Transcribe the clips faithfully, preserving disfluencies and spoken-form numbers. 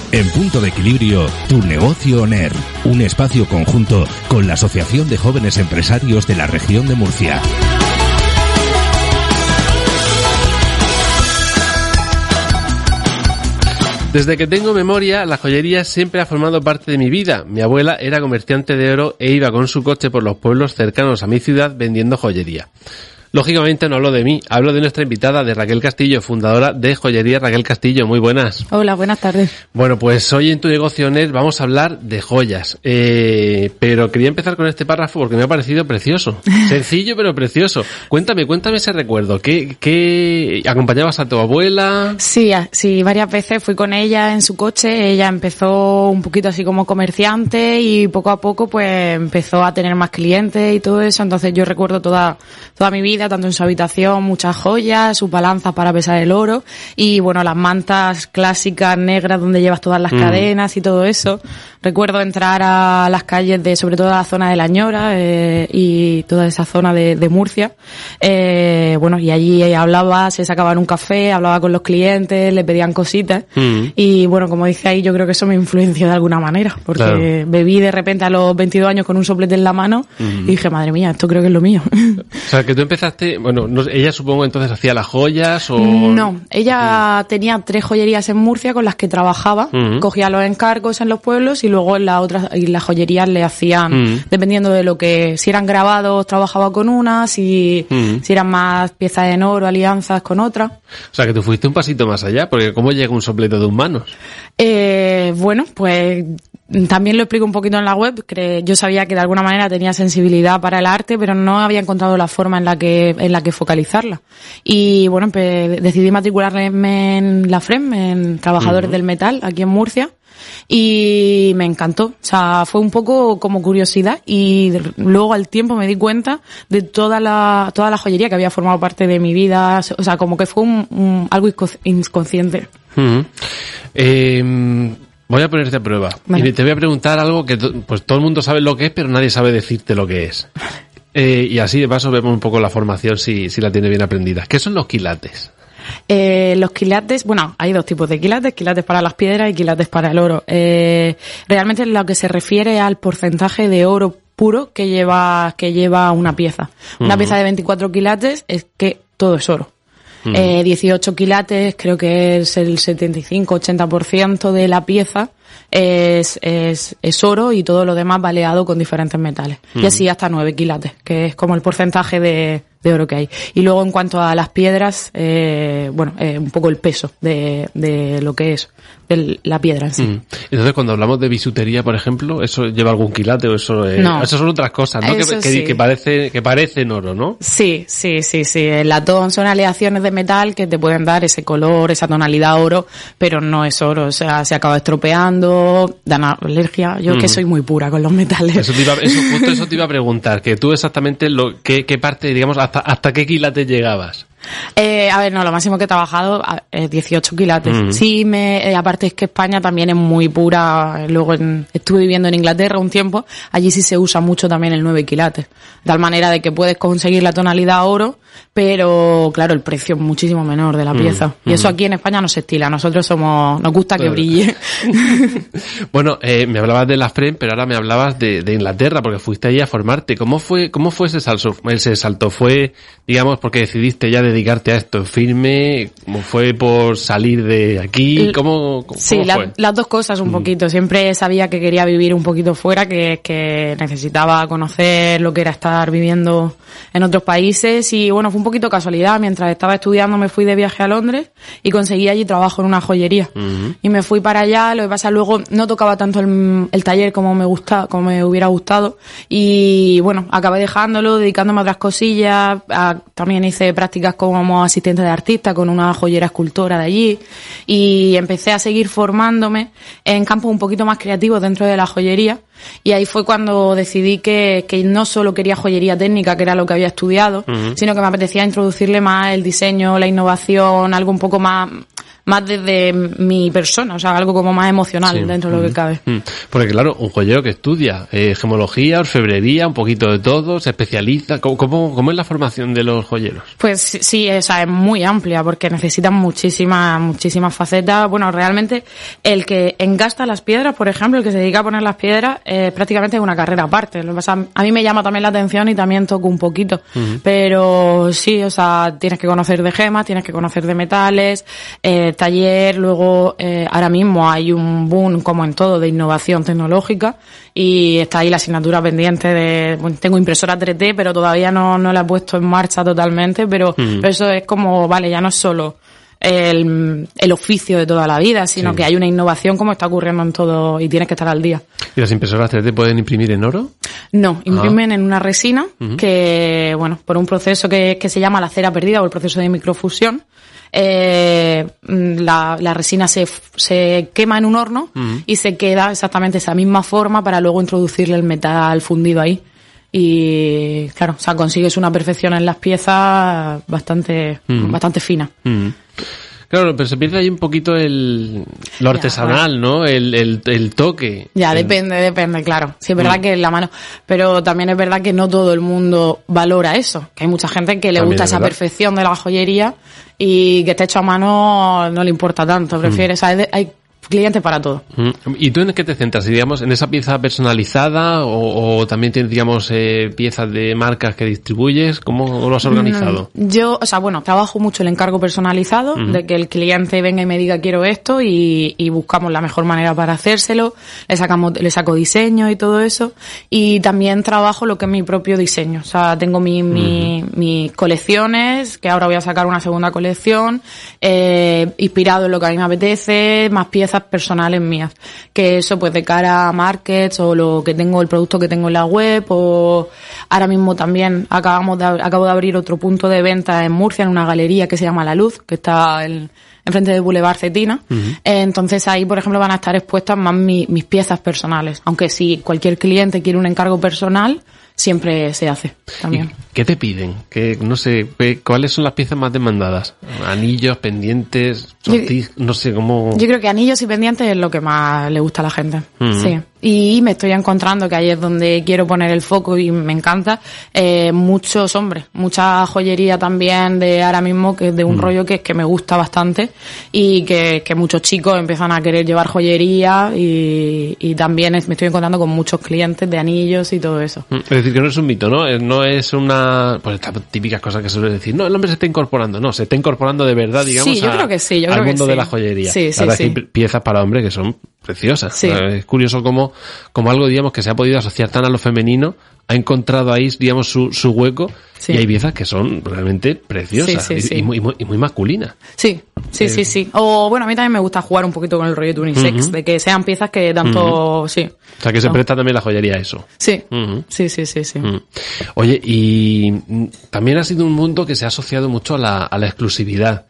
En Punto de Equilibrio, tu negocio on air, un espacio conjunto con la Asociación de Jóvenes Empresarios de la Región de Murcia. Desde que tengo memoria, la joyería siempre ha formado parte de mi vida. Mi abuela era comerciante de oro e iba con su coche por los pueblos cercanos a mi ciudad vendiendo joyería. Lógicamente no hablo de mí, hablo de nuestra invitada, de Raquel Castillo, fundadora de Joyería Raquel Castillo. Muy buenas. Hola, buenas tardes. Bueno, pues hoy en Tu Negocio on air vamos a hablar de joyas, eh, pero quería empezar con este párrafo porque me ha parecido precioso. Sencillo pero precioso. Cuéntame, cuéntame ese recuerdo. ¿Qué, qué acompañabas a tu abuela? Sí, sí, varias veces fui con ella en su coche. Ella empezó un poquito así como comerciante y poco a poco pues empezó a tener más clientes y todo eso. Entonces yo recuerdo toda, toda mi vida, tanto en su habitación, muchas joyas, sus balanzas para pesar el oro y bueno, las mantas clásicas negras donde llevas todas las mm. cadenas y todo eso. Recuerdo entrar a las calles de, sobre todo a la zona de La Ñora eh, y toda esa zona de, de Murcia. Eh, bueno, y allí hablaba, se sacaban un café, hablaba con los clientes, le pedían cositas mm. y bueno, como dice ahí, yo creo que eso me influenció de alguna manera, porque claro. bebí de repente a los veintidós años con un soplete en la mano mm. y dije, madre mía, esto creo que es lo mío. O sea, que tú empezaste, bueno, no, ella supongo entonces hacía las joyas o... No, ella mm. tenía tres joyerías en Murcia con las que trabajaba, mm. cogía los encargos en los pueblos y luego en las otras, y las joyerías le hacían, mm. dependiendo de lo que, si eran grabados trabajaba con una, si, mm. si eran más piezas en oro, alianzas con otra. O sea, que tú fuiste un pasito más allá, porque ¿cómo llega un soplete de un manos? Eh, bueno, pues... También lo explico un poquito en la web. Yo sabía que de alguna manera tenía sensibilidad para el arte, pero no había encontrado la forma en la que en la que focalizarla. Y bueno, pues decidí matricularme en la F R E M, en Trabajadores uh-huh. del Metal, aquí en Murcia. Y me encantó. O sea, fue un poco como curiosidad y luego al tiempo me di cuenta de toda la toda la joyería que había formado parte de mi vida. O sea, como que fue un, un algo inconsciente. Uh-huh. Eh... Voy a ponerte a prueba. Vale. Y te voy a preguntar algo que to- pues todo el mundo sabe lo que es, pero nadie sabe decirte lo que es. Eh, y así de paso vemos un poco la formación si, si la tiene bien aprendida. ¿Qué son los quilates? Eh, los quilates, bueno, hay dos tipos de quilates, quilates para las piedras y quilates para el oro. Eh, realmente lo que se refiere al porcentaje de oro puro que lleva, que lleva una pieza. Una uh-huh. pieza de veinticuatro quilates es que todo es oro. Mm. Eh, dieciocho quilates, creo que es el setenta y cinco ochenta por ciento de la pieza es, es, es oro y todo lo demás baleado con diferentes metales. Mm. Y así hasta nueve quilates, que es como el porcentaje de, de oro que hay. Y luego en cuanto a las piedras, eh, bueno, eh, un poco el peso de, de lo que es el, la piedra en sí. Mm. Entonces cuando hablamos de bisutería, por ejemplo, ¿eso lleva algún quilate o eso es, no. eso son otras cosas, ¿no? Que, que, sí. que parece, que parecen oro, ¿no? Sí, sí, sí, sí. El latón son aleaciones de metal que te pueden dar ese color, esa tonalidad oro, pero no es oro, o sea, se acaba estropeando, dan alergia. Yo mm. es que soy muy pura con los metales. Eso te iba, eso, justo eso te iba a preguntar, que tú exactamente lo, qué, qué parte, digamos, hasta, hasta qué quilate llegabas. Eh, a ver, no, lo máximo que he trabajado es dieciocho quilates. Mm. Sí, me, eh, aparte es que España también es muy pura. Luego en, estuve viviendo en Inglaterra un tiempo, allí sí se usa mucho también el nueve quilates. De tal manera de que puedes conseguir la tonalidad oro, pero claro, el precio es muchísimo menor de la pieza. Mm. Y eso aquí en España no se estila. Nosotros somos, nos gusta que brille. Bueno, eh, me hablabas de la F R E M, pero ahora me hablabas de, de Inglaterra, porque fuiste allí a formarte. ¿Cómo fue, cómo fue ese salto? Ese salto fue, digamos, porque decidiste ya dedicarte a esto firme, ¿cómo fue por salir de aquí? ¿Cómo, cómo sí, fue? La, las dos cosas un mm. poquito. Siempre sabía que quería vivir un poquito fuera, que, que necesitaba conocer lo que era estar viviendo en otros países y bueno, fue un poquito casualidad. Mientras estaba estudiando me fui de viaje a Londres y conseguí allí trabajo en una joyería. Mm-hmm. Y me fui para allá, lo que pasa luego no tocaba tanto el, el taller como me gusta, como me hubiera gustado y bueno, acabé dejándolo, dedicándome a otras cosillas. A, también hice prácticas como asistente de artista con una joyera escultora de allí y empecé a seguir formándome en campos un poquito más creativos dentro de la joyería y ahí fue cuando decidí que, que no solo quería joyería técnica, que era lo que había estudiado, uh-huh. sino que me apetecía introducirle más el diseño, la innovación, algo un poco más más desde mi persona, o sea, algo como más emocional sí. dentro de lo que cabe. Porque claro, un joyero que estudia eh, gemología, orfebrería, un poquito de todo, se especializa. ¿Cómo, cómo, cómo es la formación de los joyeros? Pues sí, o sea, es muy amplia porque necesitan muchísimas, muchísimas facetas. Bueno, realmente el que engasta las piedras, por ejemplo, el que se dedica a poner las piedras, eh, prácticamente es una carrera aparte. Lo que pasa, a mí me llama también la atención y también toco un poquito. Uh-huh. Pero sí, o sea, tienes que conocer de gemas, tienes que conocer de metales, eh, taller, luego eh, ahora mismo hay un boom, como en todo, de innovación tecnológica y está ahí la asignatura pendiente de, bueno, tengo impresora tres D, pero todavía no, no la he puesto en marcha totalmente, pero, uh-huh. pero eso es como, vale, ya no es solo el, el oficio de toda la vida, sino sí. que hay una innovación como está ocurriendo en todo y tienes que estar al día. ¿Y las impresoras tres D pueden imprimir en oro? No, imprimen ah. en una resina uh-huh. que, bueno, por un proceso que, que se llama la cera perdida o el proceso de microfusión, eh, la, la resina se, se quema en un horno uh-huh. y se queda exactamente esa misma forma para luego introducirle el metal fundido ahí. Y claro, o sea, consigues una perfección en las piezas bastante, uh-huh. bastante fina. Uh-huh. Claro, pero se pierde ahí un poquito el lo artesanal, ya, ¿no? El, el, el toque. Ya, el... depende, depende, claro. Sí, es verdad mm. que la mano... Pero también es verdad que no todo el mundo valora eso. Que hay mucha gente que le también gusta esa verdad. perfección de la joyería y que esté hecho a mano no le importa tanto. Prefiere... Mm. O sea, hay, hay clientes para todo. ¿Y tú en qué te centras? Digamos, ¿en esa pieza personalizada o, o también tienes, digamos, eh, piezas de marcas que distribuyes? ¿Cómo lo has organizado? Yo, o sea, bueno, trabajo mucho el encargo personalizado, uh-huh. de que el cliente venga y me diga quiero esto y, y buscamos la mejor manera para hacérselo, le sacamos, le saco diseño y todo eso, y también trabajo lo que es mi propio diseño. O sea, tengo mi, mi, uh-huh. mis colecciones, que ahora voy a sacar una segunda colección, eh, inspirado en lo que a mí me apetece, más piezas personales mías, que eso pues de cara a markets o lo que tengo, el producto que tengo en la web, o ahora mismo también acabamos de, acabo de abrir otro punto de venta en Murcia, en una galería que se llama La Luz, que está en, enfrente de Boulevard Cetina. Uh-huh. Entonces ahí, por ejemplo, van a estar expuestas más mi, mis piezas personales, aunque si cualquier cliente quiere un encargo personal, siempre se hace también. ¿Qué te piden? ¿Qué, no sé, ¿cuáles son las piezas más demandadas? ¿Anillos, pendientes, sortijas? No sé, cómo... Yo creo que anillos y pendientes es lo que más le gusta a la gente. Uh-huh. Sí. Y me estoy encontrando que ahí es donde quiero poner el foco y me encanta, eh, muchos hombres, mucha joyería también de ahora mismo, que es de un mm. rollo que, que me gusta bastante y que, que muchos chicos empiezan a querer llevar joyería y, y también es, me estoy encontrando con muchos clientes de anillos y todo eso. Es decir, que no es un mito, ¿no? No es una, pues estas típicas cosas que se suele decir, no, el hombre se está incorporando, no, se está incorporando de verdad, digamos, sí, yo a, creo que sí, yo al creo mundo que sí. de la joyería. Sí, sí, la verdad sí. es que hay piezas para hombres que son preciosas. Sí. Es curioso cómo, como algo, digamos, que se ha podido asociar tan a lo femenino, ha encontrado ahí, digamos, su, su hueco, sí. y hay piezas que son realmente preciosas, sí, sí, y, sí. Y, muy, y, muy, y muy masculinas. Sí, sí, eh. sí, sí. O bueno, a mí también me gusta jugar un poquito con el rollo unisex, uh-huh. de que sean piezas que tanto, uh-huh. sí. O sea, que no. se presta también la joyería a eso. Sí, uh-huh. sí, sí, sí, sí. Uh-huh. Oye, y también ha sido un mundo que se ha asociado mucho a la, a la exclusividad.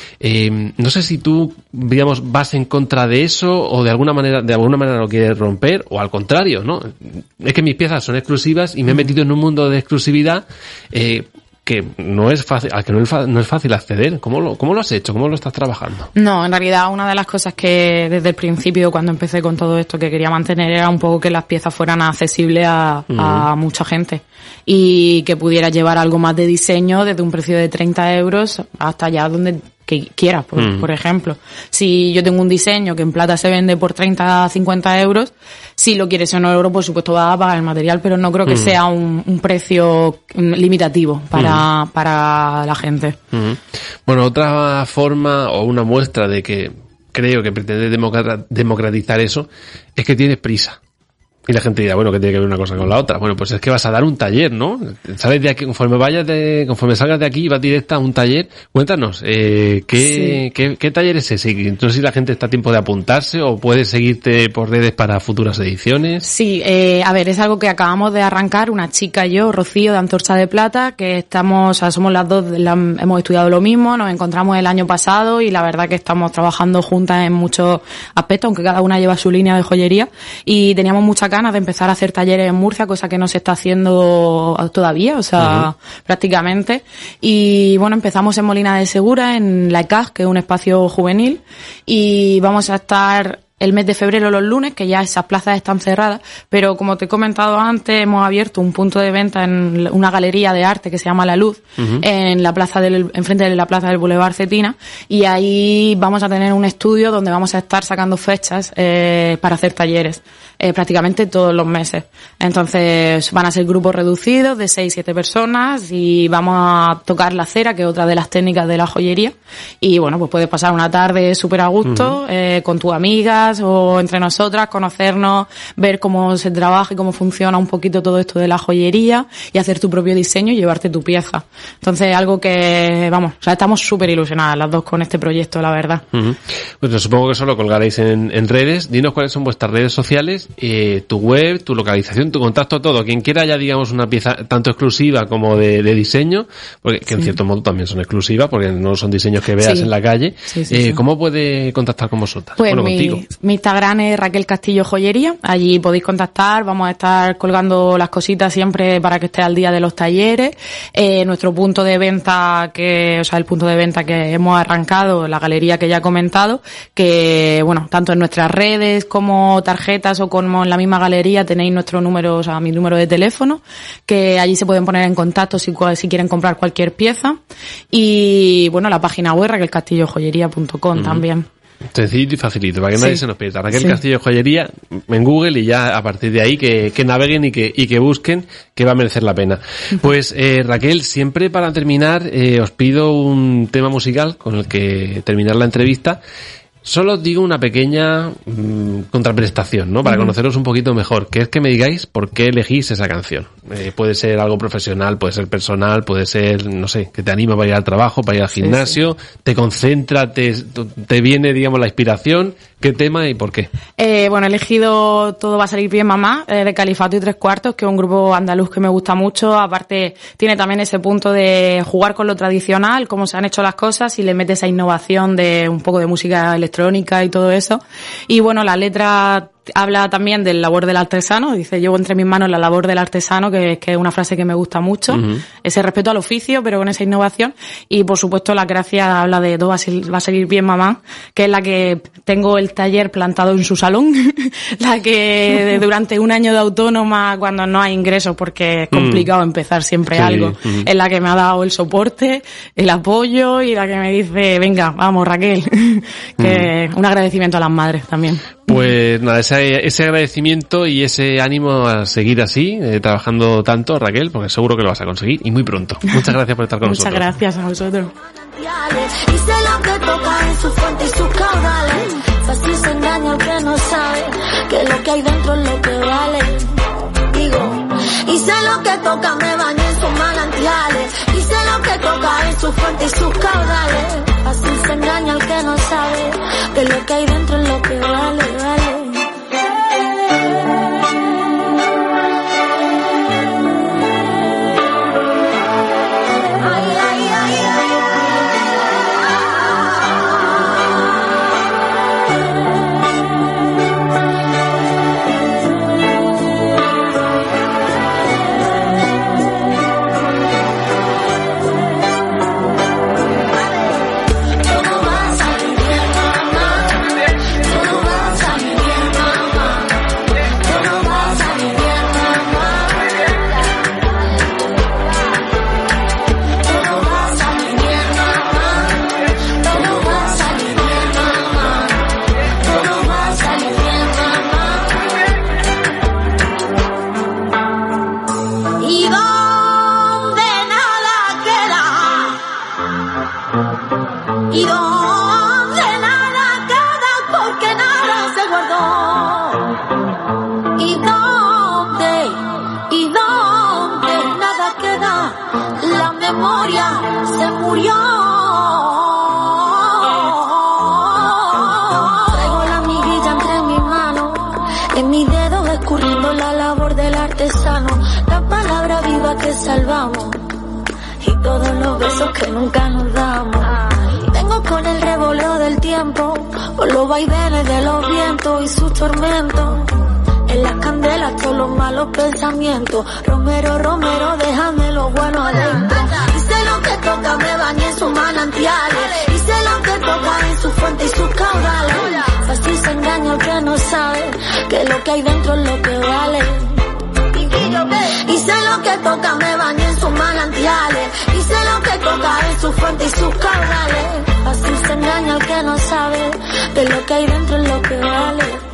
Eh, no sé si tú, digamos, vas en contra de eso o de alguna manera, de alguna manera lo quieres romper, o al contrario, ¿no? Es que mis piezas son exclusivas y me he metido en un mundo de exclusividad eh, que no es fácil, al que no es, no es fácil acceder. ¿Cómo lo, cómo lo has hecho? ¿Cómo lo estás trabajando? No, en realidad una de las cosas que desde el principio, cuando empecé con todo esto, que quería mantener era un poco que las piezas fueran accesibles a, uh-huh. a mucha gente y que pudiera llevar algo más de diseño desde un precio de treinta euros hasta allá donde que quieras, por, mm. por ejemplo. Si yo tengo un diseño que en plata se vende por treinta a cincuenta euros, si lo quieres en oro, por supuesto vas a pagar el material, pero no creo que mm. sea un, un precio limitativo para, mm. para la gente. Mm. Bueno, otra forma o una muestra de que creo que pretende democratizar eso es que tienes prisa. Y la gente dirá, bueno, que tiene que ver una cosa con la otra. Bueno, pues es que vas a dar un taller, ¿no? Sales de aquí, conforme vayas de, conforme salgas de aquí, vas directa a un taller. Cuéntanos, eh, ¿qué, sí. ¿qué, qué taller es ese? Entonces, si la gente está a tiempo de apuntarse o puede seguirte por redes para futuras ediciones. Sí, eh, a ver, es algo que acabamos de arrancar, una chica y yo, Rocío, de Antorcha de Plata, que estamos, o sea, somos las dos, la, hemos estudiado lo mismo, nos encontramos el año pasado y la verdad que estamos trabajando juntas en muchos aspectos, aunque cada una lleva su línea de joyería y teníamos mucha ganas de empezar a hacer talleres en Murcia, cosa que no se está haciendo todavía, o sea, uh-huh. prácticamente. Y bueno, empezamos en Molina de Segura, en la E C A S, que es un espacio juvenil, y vamos a estar el mes de febrero los lunes, que ya esas plazas están cerradas, pero como te he comentado antes, hemos abierto un punto de venta en una galería de arte que se llama La Luz, uh-huh. en la plaza del, enfrente de la plaza del Boulevard Cetina, y ahí vamos a tener un estudio donde vamos a estar sacando fechas eh, para hacer talleres, eh, prácticamente todos los meses. Entonces van a ser grupos reducidos de seis, siete personas y vamos a tocar la cera, que es otra de las técnicas de la joyería, y bueno, pues puedes pasar una tarde súper a gusto, uh-huh. eh, con tus amigas o entre nosotras, conocernos, ver cómo se trabaja y cómo funciona un poquito todo esto de la joyería y hacer tu propio diseño y llevarte tu pieza. Entonces, algo que, vamos, o sea, estamos súper ilusionadas las dos con este proyecto, la verdad. Uh-huh. Pues supongo que eso lo colgaréis en, en redes. Dinos cuáles son vuestras redes sociales, eh, tu web, tu localización, tu contacto, todo. Quien quiera ya, digamos, una pieza tanto exclusiva como de, de diseño, porque que sí. en cierto modo también son exclusivas, porque no son diseños que veas sí. en la calle. Sí, sí, eh, sí. ¿Cómo puede contactar con vosotras? Pues bueno, mi, contigo. Mi Instagram es Raquel Castillo Joyería. Allí podéis contactar. Vamos a estar colgando las cositas siempre para que esté al día de los talleres. Eh, nuestro punto de venta, que, o sea, el punto de venta que hemos arrancado, la galería que ya he comentado, que, bueno, tanto en nuestras redes como tarjetas o como en la misma galería tenéis nuestro número, o sea, mi número de teléfono, que allí se pueden poner en contacto si, si quieren comprar cualquier pieza. Y, bueno, la página web raquel castillo joyería punto com uh-huh. también. Sencillo y facilito, para que sí. nadie se nos pierda. Raquel sí. Castillo Joyería en Google y ya a partir de ahí que, que naveguen y que, y que busquen, que va a merecer la pena. Pues eh, Raquel, siempre para terminar eh, os pido un tema musical con el que terminar la entrevista. Solo os digo una pequeña mmm, contraprestación, ¿no? Para uh-huh. conoceros un poquito mejor, que es que me digáis por qué elegís esa canción. Eh, puede ser algo profesional, puede ser personal, puede ser, no sé, que te anima para ir al trabajo, para ir al gimnasio, sí, sí. te concentra, te, te viene, digamos, la inspiración. ¿Qué tema y por qué? Eh, bueno, he elegido Todo va a salir bien, mamá, eh, de Califato y Tres Cuartos, que es un grupo andaluz que me gusta mucho. Aparte, tiene también ese punto de jugar con lo tradicional, cómo se han hecho las cosas, y le mete esa innovación de un poco de música electrónica y todo eso. Y bueno, la letra habla también del labor del artesano, dice: llevo entre mis manos la labor del artesano, que, que es una frase que me gusta mucho, uh-huh. ese respeto al oficio, pero con esa innovación. Y por supuesto la gracia habla de Todo va a, ser, va a salir bien, mamá, que es la que tengo el taller plantado en su salón, la que durante un año de autónoma, cuando no hay ingresos, porque es complicado uh-huh. empezar siempre sí, algo, uh-huh. es la que me ha dado el soporte, el apoyo, y la que me dice: venga, vamos, Raquel, que uh-huh. un agradecimiento a las madres también. Pues nada, ese, ese agradecimiento y ese ánimo a seguir así, eh, trabajando tanto, Raquel, porque seguro que lo vas a conseguir y muy pronto. Muchas gracias por estar con Muchas nosotros. Muchas gracias a vosotros. Y sé lo que toca en su fuente y sus caudales. Fácil se engaña al que no sabe que lo que hay dentro es lo que vale. Digo, y sé lo que toca, me baño en sus manantiales. Y sé lo que toca en su fuente y sus caudales. Fácil se engaña al que no sabe que lo que hay dentro es lo que vale, vale. Salvamos y todos los besos que nunca nos damos. Tengo con el revoleo del tiempo, por los vaivenes de los vientos y sus tormentos. En las candelas todos los malos pensamientos. Romero, Romero, déjame lo bueno adentro. Hice lo que toca, me bañé en sus manantiales. Hice lo que toca en su fuente y sus caudales. Fácil se engaña el que no sabe que lo que hay dentro es lo que vale. Hice lo que toca, me bañé en sus manantiales. Hice lo que toca en su fuente y sus caudales. Así se engaña el que no sabe que lo que hay dentro es lo que vale.